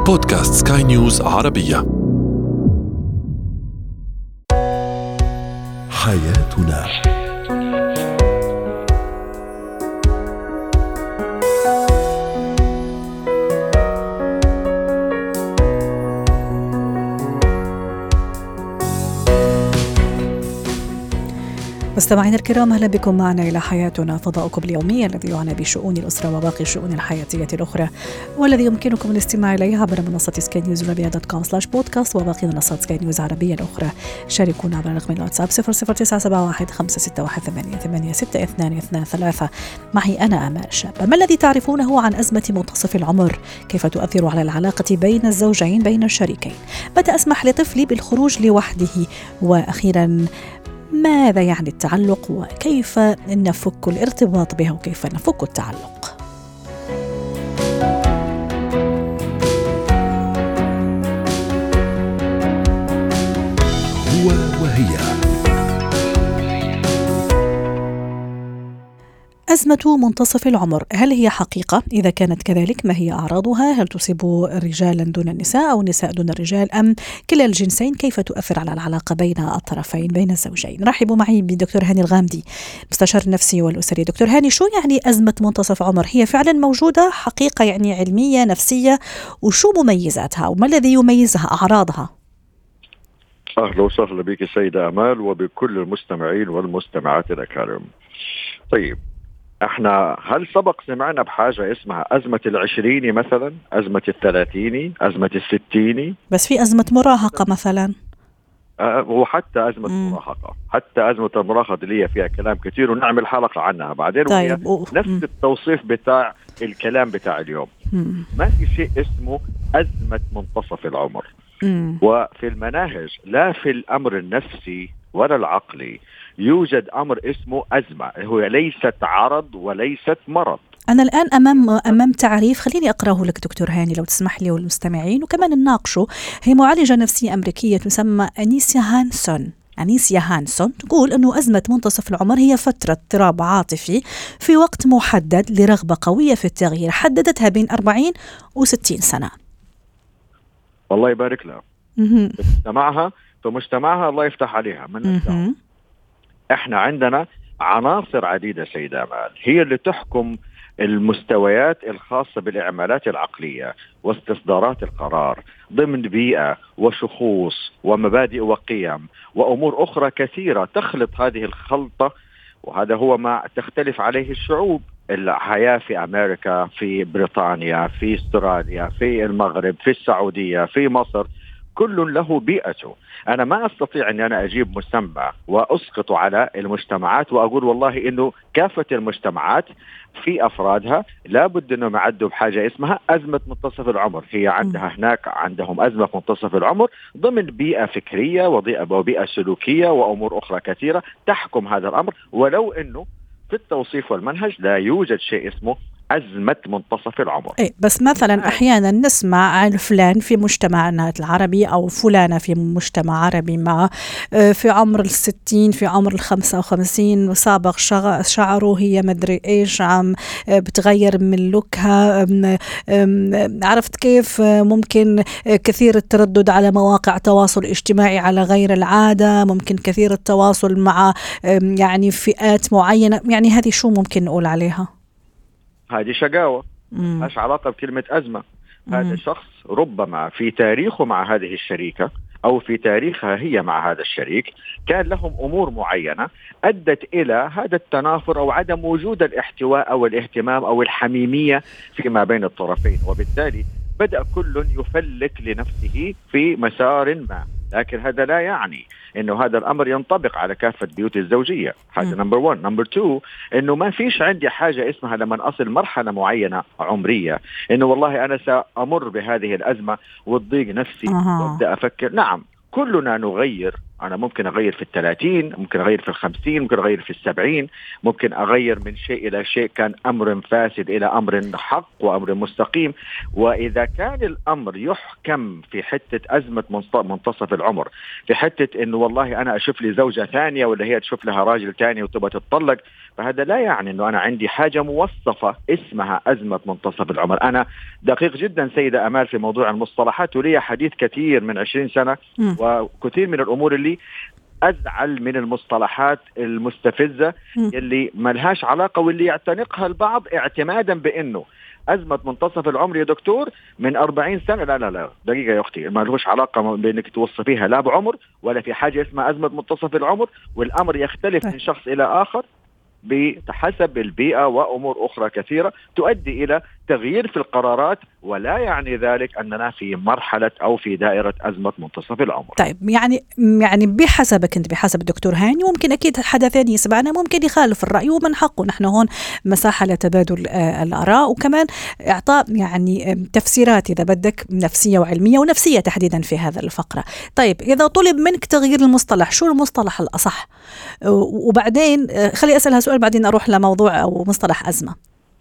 بودكاست سكاي نيوز عربية. حياتنا. مستمعينا الكرام، أهلا بكم معنا إلى حياتنا، فضاؤكم اليومي الذي يعنى بشؤون الأسرة وباقي الشؤون الحياتية الأخرى، والذي يمكنكم الاستماع إليه عبر منصة skynewsarabia.com/podcast وباقي منصات سكاي نيوز العربية الأخرى. شاركونا عبر رقم الواتساب 00971 561 886223. معي أنا آمال شابة. ما الذي تعرفونه عن أزمة منتصف العمر؟ كيف تؤثر على العلاقة بين الزوجين بين الشريكين؟ متى أسمح لطفلي بالخروج لوحده؟ وأخيرا، ماذا يعني التعلق وكيف نفك الارتباط به وكيف نفك التعلق؟ هو وهي. أزمة منتصف العمر، هل هي حقيقة؟ إذا كانت كذلك، ما هي أعراضها؟ هل تصيب رجالا دون النساء أو نساء دون الرجال أم كلا الجنسين؟ كيف تؤثر على العلاقة بين الطرفين بين الزوجين؟ رحبوا معي بدكتور هاني الغامدي، مستشار النفسي والأسري. دكتور هاني، شو يعني أزمة منتصف عمر؟ هي فعلا موجودة حقيقة يعني علمية نفسية؟ وشو مميزاتها وما الذي يميزها؟ أعراضها؟ أهلا وسهلا بك سيدة أمال وبكل المستمعين والمستمعات الأكارم. طيب، احنا هل سبق سمعنا بحاجة اسمها أزمة العشريني مثلا، أزمة الثلاثيني، أزمة الستيني؟ بس في أزمة مراهقة مثلا. وحتى أزمة مراهقة، حتى أزمة المراهقة اللي هي فيها كلام كثير ونعمل حلقة عنها بعدين. طيب. نفس التوصيف بتاع الكلام بتاع اليوم. ما في شيء اسمه أزمة منتصف العمر. وفي المناهج لا في الأمر النفسي ولا العقلي يوجد أمر اسمه أزمة، هو ليست عرض وليست مرض. أنا الآن أمام تعريف، خليني أقرأه لك دكتور هاني لو تسمح لي والمستمعين وكمان نناقشه. هي معالجة نفسية أمريكية تسمى أنيسيا هانسون تقول أنه أزمة منتصف العمر هي فترة اضطراب عاطفي في وقت محدد لرغبة قوية في التغيير، حددتها بين 40 و60 سنة. الله يبارك لها. في مجتمعها الله يفتح عليها. احنا عندنا عناصر عديدة سيدة أمال هي اللي تحكم المستويات الخاصة بالإعمالات العقلية واستصدارات القرار ضمن بيئة وشخوص ومبادئ وقيم وأمور أخرى كثيرة تخلط هذه الخلطة. وهذا هو ما تختلف عليه الشعوب. الحياة في أمريكا، في بريطانيا، في استراليا، في المغرب، في السعودية، في مصر، كل له بيئته. أنا ما أستطيع أن أنا أجيب مجتمع وأسقط على المجتمعات وأقول والله إنه كافة المجتمعات في أفرادها لابد أنهم يعدوا بحاجة اسمها أزمة منتصف العمر. هي عندها هناك عندهم أزمة منتصف العمر ضمن بيئة فكرية وبيئة سلوكية وأمور أخرى كثيرة تحكم هذا الأمر، ولو أنه في التوصيف والمنهج لا يوجد شيء اسمه أزمة منتصف العمر. بس مثلا أحيانا نسمع عن فلان في مجتمعنا العربي أو فلانة في مجتمع عربي ما في عمر 60، في عمر 55، وسابق شعره، هي مدري إيش، عم بتغير من لوكها، عرفت كيف؟ ممكن كثير التردد على مواقع تواصل اجتماعي على غير العادة، ممكن كثير التواصل مع يعني فئات معينة. يعني هذه شو ممكن نقول عليها؟ هذه شقاوة، ماش علاقة بكلمة أزمة. هذا شخص ربما في تاريخه مع هذه الشريكة أو في تاريخها هي مع هذا الشريك كان لهم أمور معينة أدت إلى هذا التنافر أو عدم وجود الاحتواء أو الاهتمام أو الحميمية فيما بين الطرفين، وبالتالي بدأ كل يفلك لنفسه في مسار ما. لكن هذا لا يعني إنه هذا الأمر ينطبق على كافة بيوت الزوجية. هذا نمبر 1. نمبر 2، إنه ما فيش عندي حاجة اسمها لما أصل مرحلة معينة عمرية إنه والله أنا سأمر بهذه الأزمة وتضيق نفسي وأبدأ أفكر. نعم، كلنا نغير. أنا ممكن أغير في 30، ممكن أغير في 50، ممكن أغير في 70، ممكن أغير من شيء إلى شيء كان أمر فاسد إلى أمر حق وأمر مستقيم. وإذا كان الأمر يحكم في حتة أزمة منتصف العمر، في حتة إنه والله أنا أشوف لي زوجة ثانية ولا هي تشوف لها راجل ثاني وتبغى تتطلق، فهذا لا يعني أنه أنا عندي حاجة موصفة اسمها أزمة منتصف العمر. أنا دقيق جدا سيدة أمال في موضوع المصطلحات، ولي حديث كثير من 20 سنة وكثير من الأمور اللي أزعل من المصطلحات المستفزة اللي ملهاش علاقة واللي يعتنقها البعض اعتمادا بأنه أزمة منتصف العمر يا دكتور من 40 سنة. لا دقيقة يا أختي، ما لهوش علاقة بأنك توصفيها لا بعمر ولا في حاجة اسمها أزمة منتصف العمر، والأمر يختلف من شخص إلى آخر بحسب البيئة وأمور أخرى كثيرة تؤدي إلى تغيير في القرارات، ولا يعني ذلك أننا في مرحلة أو في دائرة أزمة منتصف العمر. طيب يعني بحسبك أنت، بحسب الدكتور هاني، ممكن أكيد حدا ثاني يسمعنا ممكن يخالف الرأي، ومن حقه. نحن هون مساحة لتبادل الآراء، وكمان إعطاء يعني تفسيرات إذا بدك نفسية وعلمية ونفسية تحديدا في هذا الفقرة. طيب إذا طلب منك تغيير المصطلح، شو المصطلح الأصح؟ وبعدين خلي أسألها سؤال بعدين أروح لموضوع أو مصطلح أزمة.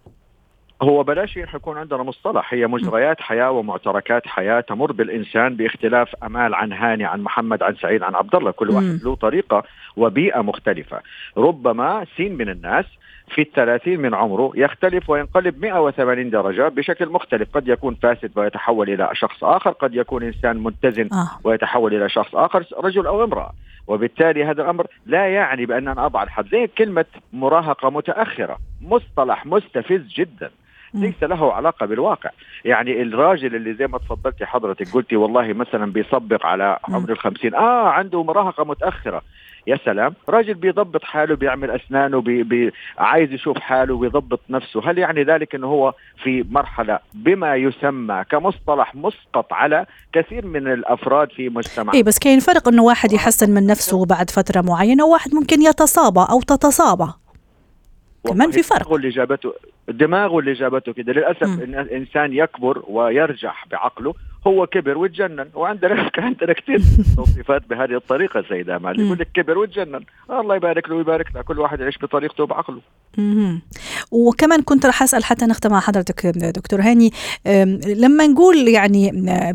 هو بلاش يكون عندنا مصطلح، هي مجريات حياة ومعتركات حياة تمر بالإنسان باختلاف. أمال عن هاني عن محمد عن سعيد عن عبد الله، كل واحد له طريقة وبيئة مختلفة. ربما سين من الناس في 30 من عمره يختلف وينقلب 180 درجة بشكل مختلف، قد يكون فاسد ويتحول إلى شخص آخر، قد يكون إنسان متزن ويتحول إلى شخص آخر، رجل أو امرأة. وبالتالي هذا الأمر لا يعني بأن أنا أضع الحد. زي كلمة مراهقة متأخرة، مصطلح مستفز جدا ليس له علاقة بالواقع. يعني الراجل اللي زي ما تفضلتي حضرتك قلتي والله مثلا بيصبق على عمر 50 عنده مراهقة متأخرة، يا سلام، راجل بيضبط حاله، بيعمل أسنانه، عايز يشوف حاله ويضبط نفسه، هل يعني ذلك أنه هو في مرحلة بما يسمى كمصطلح مسقط على كثير من الأفراد في مجتمع؟ بس كاين فرق أنه واحد يحسن من نفسه بعد فترة معينة، وواحد ممكن يتصابى أو تتصابى، كمان في فرق. دماغه اللي جابته كده. للأسف إن الإنسان يكبر ويرجح بعقله، هو كبر وتجنن، وعندنا كثير توصيفات بهذه الطريقة سيدة أمال، يقول لك كبر وتجنن، الله يبارك له ويبارك له، كل واحد يعيش بطريقته وبعقله. وكمان كنت رح أسأل حتى نختم مع حضرتك دكتور هاني، لما نقول يعني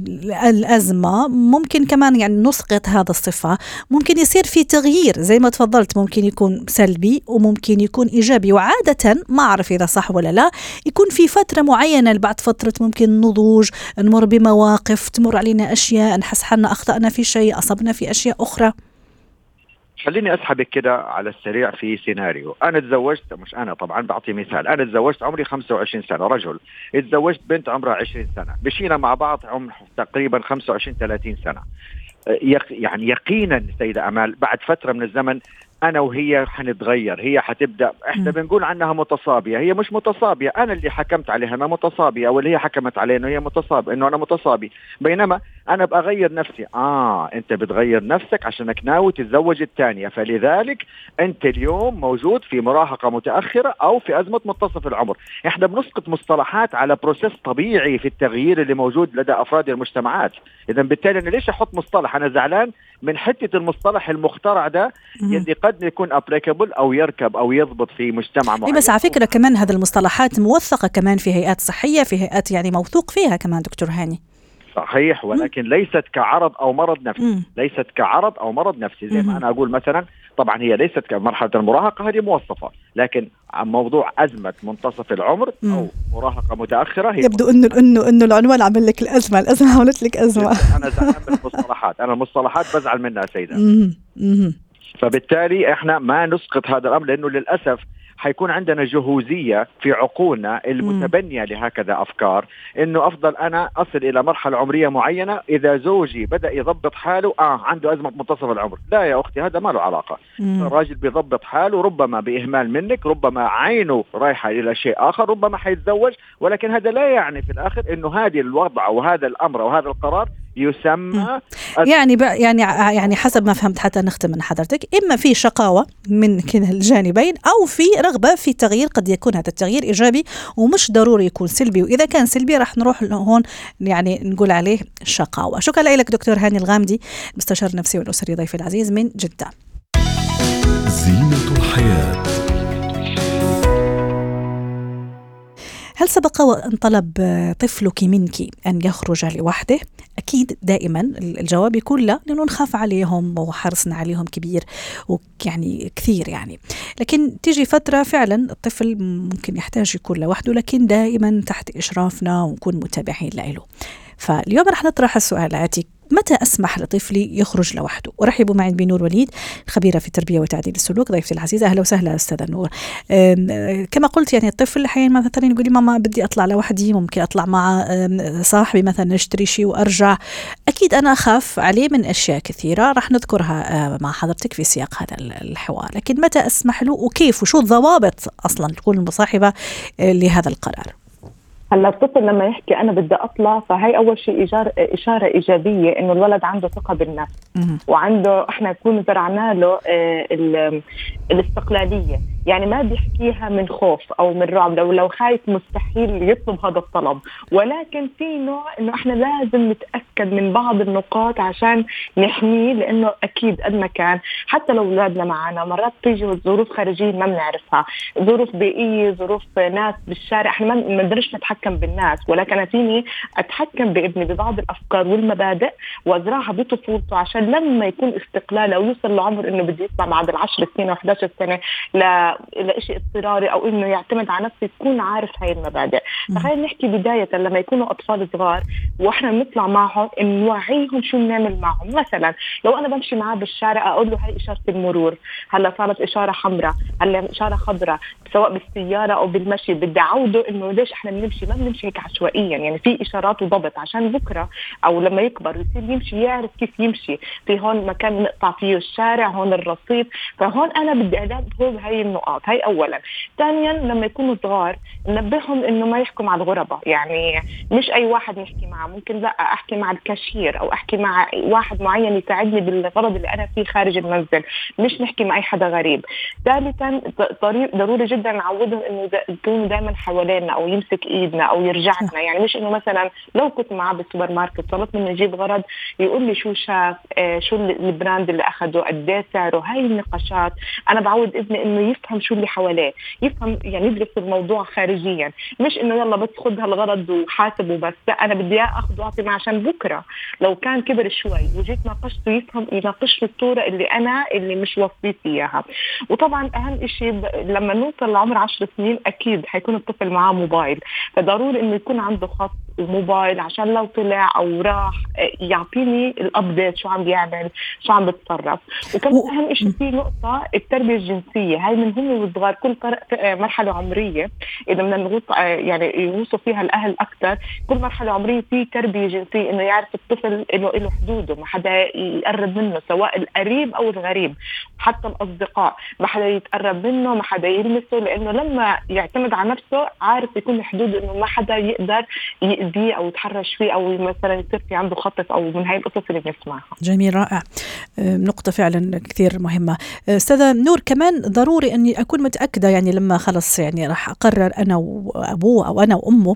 الأزمة ممكن كمان يعني نسقط هذا الصفة، ممكن يصير في تغيير زي ما تفضلت، ممكن يكون سلبي وممكن يكون إيجابي، وعادة ما أعرف إذا صح ولا لا، يكون في فترة معينة، بعد فترة ممكن نضوج، نمر بمواقف، تمر علينا أشياء، نحس حالنا أخطأنا في شيء، أصبنا في أشياء أخرى. خليني أسحبك كده على السريع في سيناريو. أنا تزوجت، مش أنا طبعا، بعطي مثال، أنا تزوجت عمري 25 سنة، رجل، اتزوجت بنت عمرها 20 سنة، مشينا مع بعض عمر تقريبا 25-30 سنة. يعني يقينا سيدة أمال بعد فترة من الزمن أنا وهي حنتغير، هي حتبدأ، إحنا بنقول عنها متصابية، هي مش متصابية، أنا اللي حكمت عليها أنا متصابية، واللي هي حكمت علي إنه هي متصابة، إنه أنا متصابي، بينما أنا بأغير نفسي. أنت بتغير نفسك عشانك ناوي تتزوج الثانية، فلذلك أنت اليوم موجود في مراهقة متأخرة أو في أزمة منتصف العمر. إحنا بنسقط مصطلحات على بروسيس طبيعي في التغيير اللي موجود لدى أفراد المجتمعات. إذا بالتالي أنا ليش أحط مصطلح؟ أنا زعلان من حتة المصطلح المخترع ده يلي قد يكون applicable أو يركب أو يضبط في مجتمع معين. بس على فكرة كمان هذه المصطلحات موثقة كمان في هيئات صحية، في هيئات يعني موثوق فيها كمان دكتور هاني. صحيح، ولكن ليست كعرض أو مرض نفسي، ليست كعرض أو مرض نفسي. زي ما أنا أقول مثلا، طبعا هي ليست كمرحلة المراهقة، هذه موصفة، لكن عن موضوع أزمة منتصف العمر أو مراهقة متأخرة، هي يبدو إنه العنوان عمل لك الأزمة عملت لك أزمة. أنا زعلان من المصطلحات، أنا المصطلحات بزعل منها سيدة. فبالتالي إحنا ما نسقط هذا الأمر، لأنه للأسف حيكون عندنا جهوزية في عقولنا المتبنية لهكذا أفكار، إنه أفضل أنا أصل إلى مرحلة عمرية معينة إذا زوجي بدأ يضبط حاله عنده أزمة منتصف العمر. لا يا أختي، هذا ما له علاقة. الراجل بيضبط حاله ربما بإهمال منك، ربما عينه رايحة إلى شيء آخر، ربما حيتزوج، ولكن هذا لا يعني في الآخر إنه هذه الوضع وهذا الأمر وهذا القرار يسمى يعني حسب ما فهمت حتى نختم من حضرتك، إما في شقاوة من كلا الجانبين أو في رغبة في تغيير. قد يكون هذا التغيير إيجابي ومش ضروري يكون سلبي، وإذا كان سلبي راح نروح هون يعني نقول عليه شقاوة. شكرا لك دكتور هاني الغامدي، مستشار نفسي والأسري، ضيفي العزيز من جدة. زينة الحياة. هل سبق وأن طلب طفلك منك أن يخرج لوحده؟ أكيد دائما الجواب يكون لا، لأنه نخاف عليهم وحرصنا عليهم كبير ويعني كثير يعني. لكن تيجي فترة فعلا الطفل ممكن يحتاج يكون لوحده، لكن دائما تحت إشرافنا ونكون متابعين له. فاليوم رح نطرح السؤال الآتي: متى أسمح لطفلي يخرج لوحده؟ ورحبوا معي بنور وليد، خبيرة في التربية وتعديل السلوك، ضيفتي العزيزة. أهلا وسهلا أستاذة نور. كما قلت يعني الطفل أحيانا مثلا يقول لي ماما بدي أطلع لوحدي، ممكن أطلع مع صاحبي مثلا نشتري شيء وأرجع. أكيد أنا أخاف عليه من أشياء كثيرة رح نذكرها مع حضرتك في سياق هذا الحوار، لكن متى أسمح له وكيف وشو الضوابط أصلا تكون المصاحبة لهذا القرار؟ هلا الطفل لما يحكي أنا بدي أطلع، فهي أول شيء إشارة إيجابية إنه الولد عنده ثقة بالنفس وعنده إحنا نكون زرعنا له الاستقلالية. يعني ما بيحكيها من خوف أو من رعب، لو خايف مستحيل يطلب هذا الطلب، ولكن في نوع إنه إحنا لازم نتأكد من بعض النقاط عشان نحميه، لأنه أكيد قد ما كان حتى لو أولادنا معنا مرات تيجي ظروف خارجية ما بنعرفها، ظروف بيئية، ظروف ناس بالشارع، إحنا ما نقدرش نتحكم بالناس، ولكن أنا فيني أتحكم بابني ببعض الأفكار والمبادئ وأزرعها بطفولته عشان لما يكون استقلال أو يوصل لعمر إنه بده يطلع بعد 10 سنين أو 11 سنة لإشي اضطراري أو إنه يعتمد على نفسه، يكون عارف هاي المبادئ. فخلينا نحكي بداية لما يكونوا أطفال صغار وإحنا نطلع معهم نوعيهم شو نعمل معهم. مثلا لو أنا بمشي معاه بالشارع أقول له هاي إشارة المرور، هلا صارت إشارة حمراء، هلا إشارة خضراء، سواء بالسيارة أو بالمشي. بدي أعوده إنه ليش إحنا ما بنمشي هيك عشوائيا، يعني في إشارات وضبط عشان بكرة أو لما يكبر ويصير يمشي يعرف كيف يمشي. في هون مكان نقطع فيه الشارع، هون الرصيف، فهون أنا بدي أدربهم هاي النقاط. هاي أولا. ثانيا لما يكونوا صغار ننبههم إنه ما يحكوا مع الغرباء، يعني مش أي واحد نحكي معه، ممكن لا أحكي مع الكاشير أو أحكي مع واحد معين يساعدني بالغرض اللي أنا فيه خارج المنزل، مش نحكي مع أي حدا غريب. ثالثا ضروري جدا نعودهم إنه يكونوا دائما حوالينا أو يمسك إيدنا أو يرجعنا. يعني مش إنه مثلا لو كنت معه بالسوبر ماركت طلبت منه يجيب غرض يقول لي شو شاف، شو البراند اللي أخده، قد إيه سعره. هاي النقاشات أنا بعود ابني إنه يفهم شو اللي حواليه، يفهم يعني يدرس الموضوع خارجيا، مش إنه يلا بس خد هالغرض وحاسب وبس. لا، أنا بدي أخذ وأعطي معه عشان بكرة لو كان كبر شوي وجيت ناقشته يفهم يناقش الصورة اللي مش وصيت إياها. وطبعا أهم إشي لما نوصل لعمر 10 سنين أكيد حيكون الطفل معاه موبايل، فضروري إنه يكون عنده خط وموبايل عشان لو طلع أو راح يعطيني الأبديت شو عم بيعمل، شو عم بتصرف. وكمان أهم إشي في نقطة التربية الجنسية، هاي من هم والصغار كل مرحلة عمرية إذا بدنا نغوص يعني يوصوا فيها الأهل أكثر. كل مرحلة عمرية في تربية جنسية، إنه يعرف الطفل إنه له حدوده، ما حدا يقرب منه سواء القريب أو الغريب، حتى الأصدقاء ما حدا يتقرب منه، ما حدا يلمسه، لأنه لما يعتمد على نفسه عارف يكون حدوده، إنه ما حدا يقدر يأذيه أو يتحرش فيه أو مثلا يصير في عنده خطف أو من هاي القصص اللي بنسمعها. جميل، رائع، نقطة فعلا كثير مهمة. أستاذة نور، كمان ضروري أني أكون متأكدة يعني لما خلص يعني راح أقرر أنا وأبوه أو أنا وأمه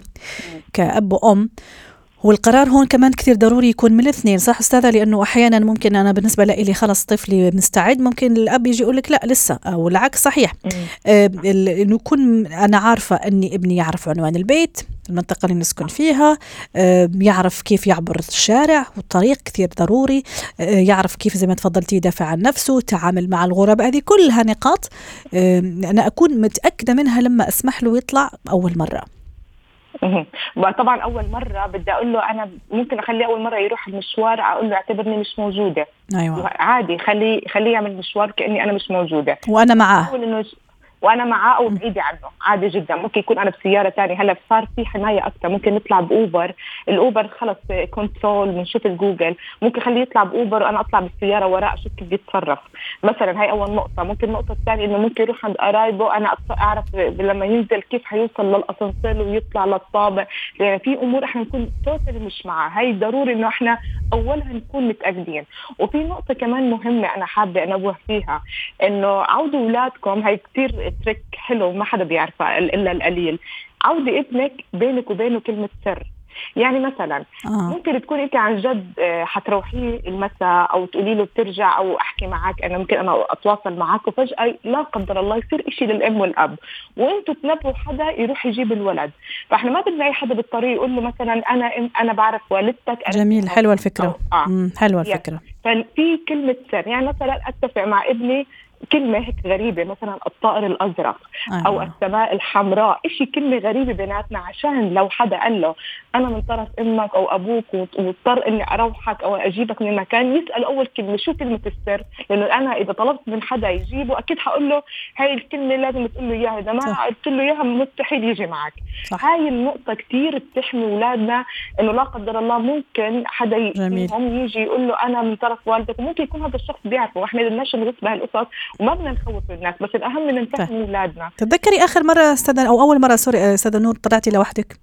كأب وأم، هو القرار هون كمان كثير ضروري يكون من الاثنين، صح أستاذة؟ لأنه أحيانا ممكن أنا بالنسبة لي خلص طفلي مستعد، ممكن الأب يجي يقول لك لا لسه، أو العكس صحيح. إنه يكون أنا عارفة أني ابني يعرف عنوان البيت، المنطقة اللي نسكن فيها، يعرف كيف يعبر الشارع والطريق، كثير ضروري يعرف كيف زي ما تفضلتي يدافع عن نفسه، تعامل مع الغرباء. هذه كلها نقاط أنا أكون متأكدة منها لما أسمح له يطلع أول مرة. طبعا اول مره بدي اقول له انا ممكن اخليه اول مره يروح المشوار اقول له اعتبرني مش موجوده. أيوة. عادي خليه يعمل مشوار كاني انا مش موجوده وانا معاه او بعيدة عنه، عادي جدا. ممكن يكون انا بسياره تانية، هلا صار في حمايه اكثر، ممكن نطلع باوبر، الاوبر خلص كنترول من شوف الجوجل، ممكن خليه يطلع باوبر وانا اطلع بالسياره وراء اشوف كيف بيتصرف مثلا. هاي اول نقطه. ممكن النقطه الثانيه انه ممكن يروح عند قرايبه، انا اعرف لما ينزل كيف حيوصل للاسانسير ويطلع للطابق، لان في امور احنا نكون توتالي مش معها. هاي ضروري انه احنا اولها نكون متاكدين. وفي نقطه كمان مهمه انا حابه انوه فيها، انه عودوا اولادكم، هاي كتير تريك حلو ما حدا بيعرفها الا القليل. عودي ابنك بينك وبينه كلمه سر، يعني مثلا ممكن تكون انت عن جد حتروحي المساء او تقولي له بترجع او احكي معك، انا ممكن انا اتواصل معك، وفجاه لا قدر الله يصير إشي للام والاب وانتوا تنبهوا حدا يروح يجيب الولد. فاحنا ما بدنا اي حدا بالطريق يقول له مثلا انا بعرف والدتك. جميل، حلوه الفكره. حلوه الفكره. ففي كلمه سر، يعني مثلا اتفق مع ابني كلمة هيك غريبة مثلا الطائر الأزرق أو السماء الحمراء، إشي كلمة غريبة بيناتنا، عشان لو حدا قال له أنا من طرف أمك أو أبوك واضطر إني أروحك أو أجيبك من مكان، يسأل أول كلمة شو كلمة السر، لأنه أنا إذا طلبت من حدا يجيبه أكيد هقول له هاي الكلمة لازم تقول له إياها، إذا ما قلت له إياها مستحيل يجي معك. صح. هاي النقطة كتير بتحمي أولادنا، إنه لا قدر الله ممكن حدا يجي يقول له أنا من طرف والدك، وممكن يكون هذا الشخص بيعرفه، وإحنا بدناش نغص بهالقصص وما بدنا نخوف الناس، بس الأهم من نفهم أولادنا. تتذكري آخر مرة أستاذة أو أول مرة أستاذة نور طلعتي لوحدك؟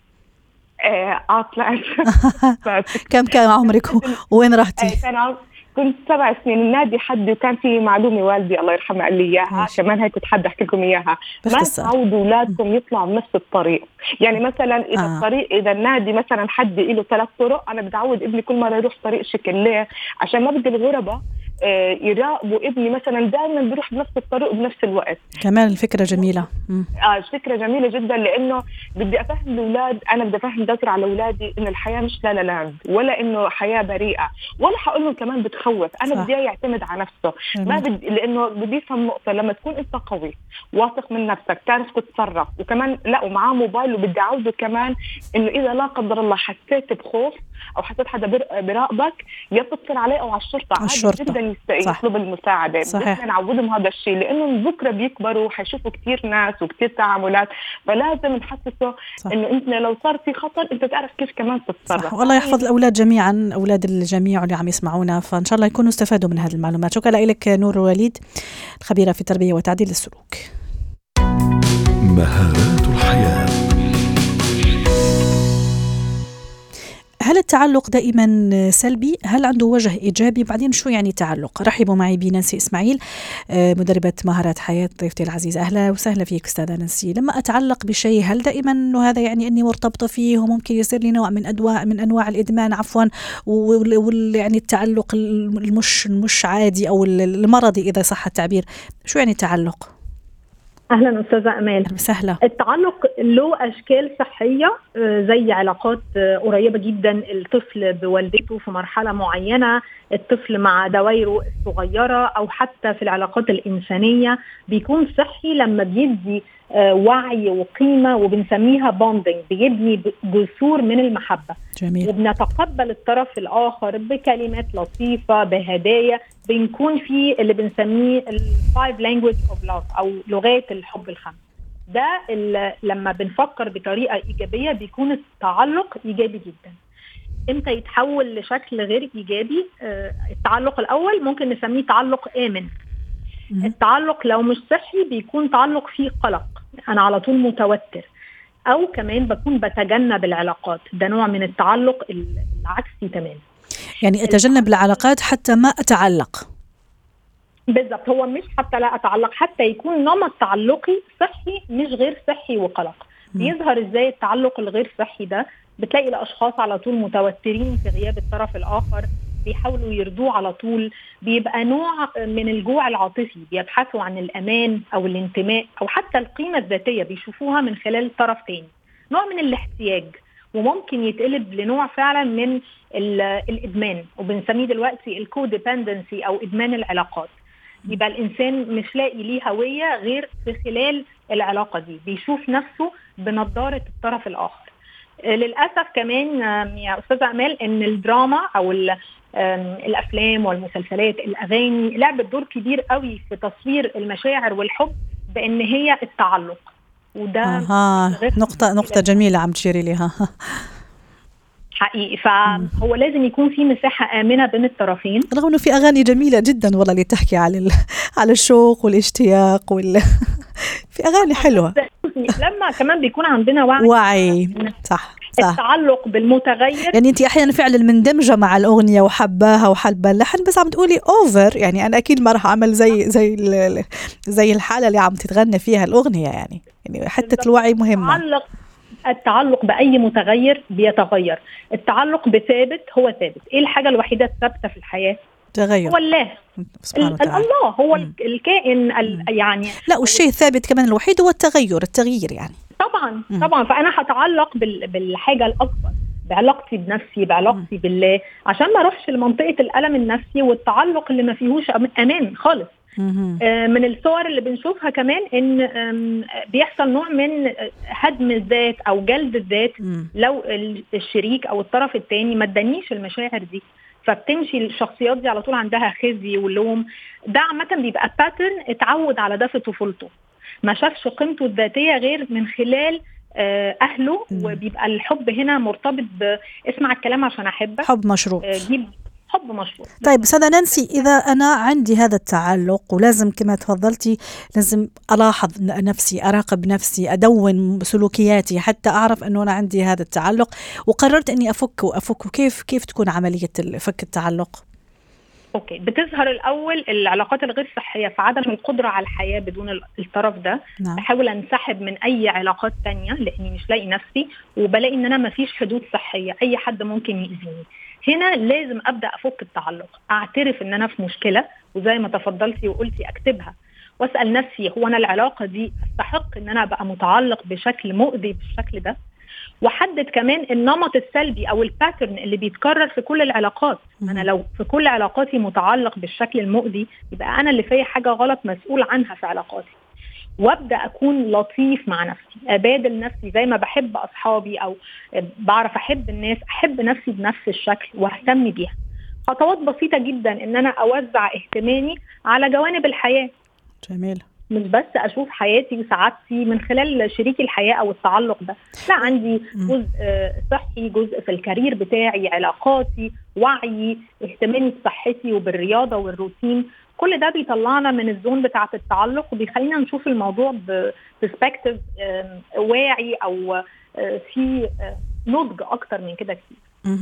طلعت. كم عمرك وين رحتي؟ كنت 7 سنين. النادي حد كان في معلومة والدي الله يرحمه قال لي إياها، كمان هاي كنت حد أحكي لكم إياها، ما تعودوا أولادكم يطلعوا بنفس الطريق. يعني مثلا إذا الطريق إذا النادي مثلا حد له 3 طرق، أنا بدعود ابني كل مرة يروح طريق شكل. ليه؟ عشان ما بدي الغربة يراقبوا ابني مثلا دائما بيروح بنفس الطريق بنفس الوقت. كمان الفكرة جميلة. فكرة جميلة جدا، لأنه بدي أفهم الأولاد، أنا بدي أفهم دكتور على أولادي إن الحياة مش لا لاند، ولا إنه حياة بريئة، ولا هقول لهم كمان بتخوف. أنا بدي يعتمد على نفسه، ما بدي، لأنه بدي يفهم نقطة، لما تكون أنت قوي واثق من نفسك تعرف تتصرف، وكمان لا ومعاه موبايل، وبدي أعوده كمان إنه إذا لا قدر الله حسيت بخوف أو حسيت حدا براقبك يتصل عليه أو على الشرطة. جدا يطلب المساعدة. بدنا نعودهم هذا الشيء، لأنه بكرة بيكبروا وحيشوفوا كتير ناس وكتير تعاملات، فلازم نحسسه إنه أنت لو صار في خطر أنت تعرف كيف كمان تتصرف. والله يحفظ الأولاد جميعا، أولاد الجميع اللي عم يسمعونا، فإن شاء الله يكونوا استفادوا من هذه المعلومات. شكرا لك نور وليد، الخبيرة في التربية وتعديل السلوك. مهارات الحياة. هل التعلق دائما سلبي؟ هل عنده وجه إيجابي؟ بعدين شو يعني تعلق؟ رحبوا معي بنانسي إسماعيل، مدربة مهارات حياة، ضيفتي العزيزة. أهلا وسهلا فيك أستاذة نانسي. لما أتعلق بشيء هل دائما أنه هذا يعني أني مرتبطة فيه وممكن يصير لي نوع من أنواع الإدمان يعني التعلق المش عادي أو المرضي إذا صح التعبير؟ شو يعني تعلق؟ أهلا أستاذة أمال. سهلة. التعلق له أشكال صحية، زي علاقات قريبة جدا الطفل بوالدته في مرحلة معينة، الطفل مع دوائره الصغيرة، أو حتى في العلاقات الإنسانية بيكون صحي لما بيدي وعي وقيمة، وبنسميها بوندينج، بيبني جسور من المحبة. جميل. وبنتقبل الطرف الآخر بكلمات لطيفة، بهدايا، بنكون في اللي بنسميه 5 language of love أو لغات الحب ال5. ده لما بنفكر بطريقة إيجابية بيكون التعلق إيجابي جدا. امتى يتحول لشكل غير إيجابي؟ التعلق الأول ممكن نسميه تعلق آمن. التعلق لو مش صحي بيكون تعلق فيه قلق، أنا على طول متوتر، أو كمان بكون بتجنب العلاقات. ده نوع من التعلق العكسي تماما، يعني أتجنب العلاقات حتى ما أتعلق. بالضبط، هو مش حتى لا أتعلق، حتى يكون نمط تعلقي صحي مش غير صحي وقلق. بيظهر إزاي التعلق الغير صحي ده؟ بتلاقي الأشخاص على طول متوترين في غياب الطرف الآخر، بيحاولوا يرضوه على طول، بيبقى نوع من الجوع العاطفي، بيبحثوا عن الأمان أو الانتماء أو حتى القيمة الذاتية بيشوفوها من خلال طرف تاني، نوع من الاحتياج، وممكن يتقلب لنوع فعلا من الإدمان، وبنسميه دلوقتي الكوديبندنسي أو إدمان العلاقات. يبقى الإنسان مش لاقي ليه هوية غير في خلال العلاقة دي، بيشوف نفسه بنظارة الطرف الآخر. للأسف كمان يا أستاذة أمال إن الدراما أو الأفلام والمسلسلات، الأغاني لعبت دور كبير قوي في تصوير المشاعر والحب بأن هي التعلق، وده نقطة جميلة عم تشيري لها حقيقي. فهو لازم يكون في مساحة آمنة بين الطرفين، رغم إنه في أغاني جميلة جدا والله اللي تحكي على الشوق والاشتياق في أغاني حلوة لما كمان بيكون عندنا وعي. صح. التعلق بالمتغير، يعني أنت أحيانا فعلا مندمجة مع الأغنية وحباها وحلبة اللحن، بس عم تقولي أوفر، يعني أنا أكيد ما رح أعمل زي الحالة اللي عم تتغنى فيها الأغنية. يعني حتى الوعي مهمة. التعلق بأي متغير بيتغير، التعلق بثابت هو ثابت. ايه الحاجة الوحيدة الثابتة في الحياة؟ تغير هو الله سبحانه وتعالى. الله هو الكائن يعني. لا، والشيء الثابت كمان الوحيد هو التغير يعني. طبعا فأنا هتعلق بالحاجة الأكبر، بعلاقتي بنفسي، بعلاقتي بالله، عشان ما اروحش لمنطقة الألم النفسي والتعلق اللي ما فيهوش أمان خالص. من الصور اللي بنشوفها كمان ان بيحصل نوع من هدم الذات او جلد الذات لو الشريك او الطرف الثاني ما ادانيش المشاعر دي، فبتمشي الشخصيات دي على طول عندها خزي ولوم. ده عامة بيبقى باترن اتعود على ده في طفولته، ما شافش قيمته الذاتية غير من خلال أهله، وبيبقى الحب هنا مرتبط باسمع الكلام عشان أحبك، حب مشروط، جيب حب مشروط. طيب سادة نانسي، إذا أنا عندي هذا التعلق ولازم كما تفضلتي لازم ألاحظ نفسي، أراقب نفسي، أدون سلوكياتي حتى أعرف أنه أنا عندي هذا التعلق، وقررت أني أفك كيف تكون عملية فك التعلق؟ اوكي، بتظهر الاول العلاقات الغير صحيه في عدم القدره على الحياه بدون الطرف ده. نعم. بحاول انسحب من اي علاقات تانية لاني مش لاقي نفسي، وبلاقي ان انا مفيش حدود صحيه، اي حد ممكن يأذيني. هنا لازم ابدا افك التعلق، اعترف ان انا في مشكله، وزي ما تفضلتي وقلتي اكتبها، واسال نفسي هو انا العلاقه دي استحق ان انا ابقى متعلق بشكل مؤذي بالشكل ده؟ وحدد كمان النمط السلبي او الباترن اللي بيتكرر في كل العلاقات. انا لو في كل علاقاتي متعلق بالشكل المؤذي، يبقى انا اللي فيا حاجه غلط مسؤول عنها في علاقاتي. وابدا اكون لطيف مع نفسي، ابادل نفسي زي ما بحب اصحابي او بعرف احب الناس، احب نفسي بنفس الشكل واهتم بيها. خطوات بسيطه جدا ان انا اوزع اهتمامي على جوانب الحياه. جميل. مش بس اشوف حياتي وسعادتي من خلال شريك الحياه او التعلق ده، لا، عندي جزء صحي، جزء في الكارير بتاعي، علاقاتي، وعي، اهتمامي بصحتي وبالرياضه والروتين. كل ده بيطلعنا من الزون بتاعه التعلق وبيخلينا نشوف الموضوع ببرسبكتيف واعي او في نضج اكتر من كده كتير.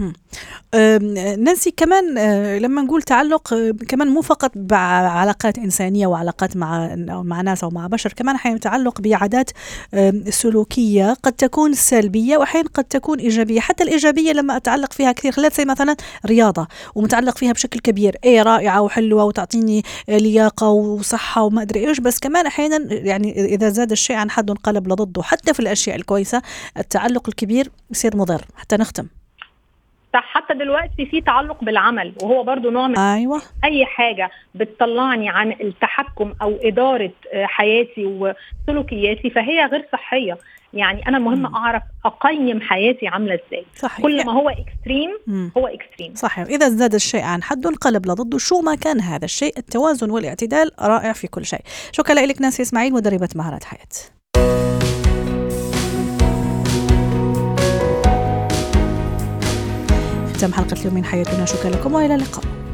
نانسي، كمان لما نقول تعلق كمان مو فقط بعلاقات إنسانية وعلاقات مع ناس أو مع بشر، كمان أحيانا يتعلق بعادات سلوكية قد تكون سلبية وأحيانا قد تكون إيجابية. حتى الإيجابية لما أتعلق فيها كثير، خلال زي مثلا رياضة ومتعلق فيها بشكل كبير، رائعة وحلوة وتعطيني لياقة وصحة وما أدري إيش، بس كمان أحيانا يعني إذا زاد الشيء عن حد انقلب لضده. حتى في الأشياء الكويسة التعلق الكبير يصير مضر. حتى نختم، حتى دلوقتي في تعلق بالعمل، وهو برضو نوع من أيوة. أي حاجة بتطلعني عن التحكم أو إدارة حياتي وسلوكياتي فهي غير صحية. يعني أنا مهم أعرف أقيم حياتي عاملة إزاي. صحيح. كل ما هو إكستريم هو إكستريم. صحيح. إذا ازداد الشيء عن حد انقلب لضده، شو ما كان هذا الشيء. التوازن والاعتدال رائع في كل شيء. شكرا لك نانسي إسماعيل، مدربة مهارات حياة. ختام حلقة اليوم من حياتنا. شكرا لكم وإلى اللقاء.